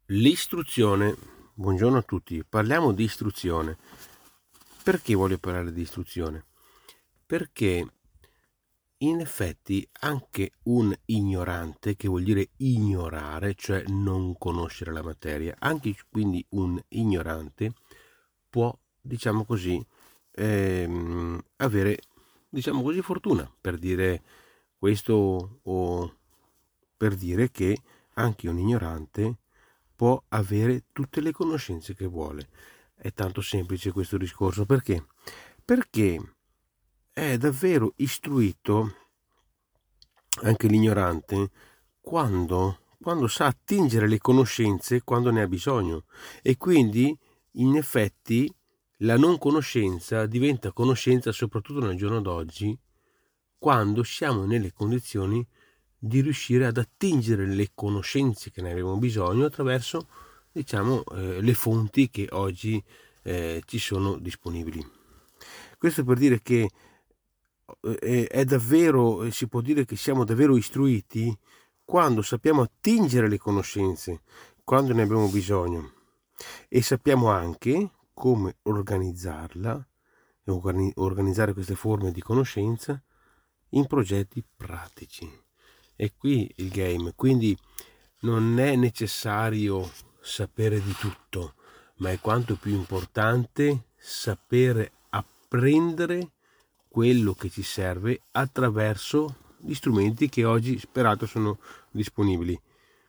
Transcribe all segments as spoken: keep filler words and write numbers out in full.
L'istruzione, buongiorno a tutti, parliamo di istruzione. Perché voglio parlare di istruzione? Perché in effetti anche un ignorante, che vuol dire ignorare, cioè non conoscere la materia, anche quindi un ignorante può, diciamo così, ehm, avere, diciamo così, fortuna, per dire questo, o per dire che anche un ignorante può avere tutte le conoscenze che vuole. È tanto semplice questo discorso. Perché? Perché è davvero istruito anche l'ignorante quando, quando sa attingere le conoscenze quando ne ha bisogno, e quindi in effetti la non conoscenza diventa conoscenza soprattutto nel giorno d'oggi, quando siamo nelle condizioni di riuscire ad attingere le conoscenze che ne abbiamo bisogno attraverso, diciamo, eh, le fonti che oggi eh, ci sono disponibili. Questo per dire che eh, è davvero, si può dire che siamo davvero istruiti quando sappiamo attingere le conoscenze, quando ne abbiamo bisogno, e sappiamo anche come organizzarla, organizzare queste forme di conoscenza in progetti pratici. È qui il game, quindi non è necessario sapere di tutto, ma è quanto più importante sapere apprendere quello che ci serve attraverso gli strumenti che oggi peraltro sono disponibili.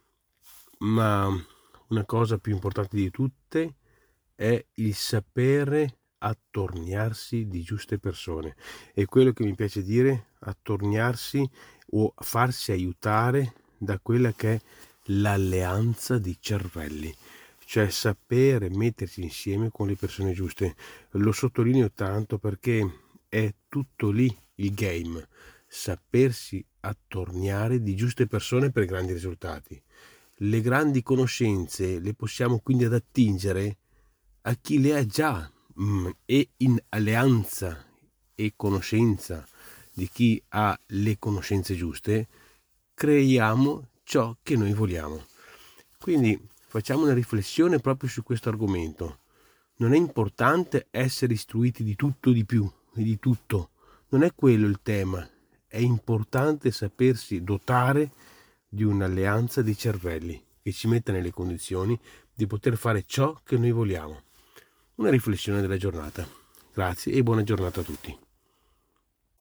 Ma una cosa più importante di tutte è il sapere attorniarsi di giuste persone. È quello che mi piace dire, attorniarsi o farsi aiutare da quella che è l'alleanza di cervelli, cioè sapere mettersi insieme con le persone giuste. Lo sottolineo tanto perché è tutto lì il game, sapersi attorniare di giuste persone per grandi risultati. Le grandi conoscenze le possiamo quindi ad attingere a chi le ha già, mm, e in alleanza e conoscenza di chi ha le conoscenze giuste creiamo ciò che noi vogliamo. Quindi facciamo una riflessione proprio su questo argomento. Non è importante essere istruiti di tutto, di più e di tutto, non è quello il tema. È importante sapersi dotare di un'alleanza di cervelli che ci metta nelle condizioni di poter fare ciò che noi vogliamo. Una riflessione della giornata. Grazie e buona giornata a tutti.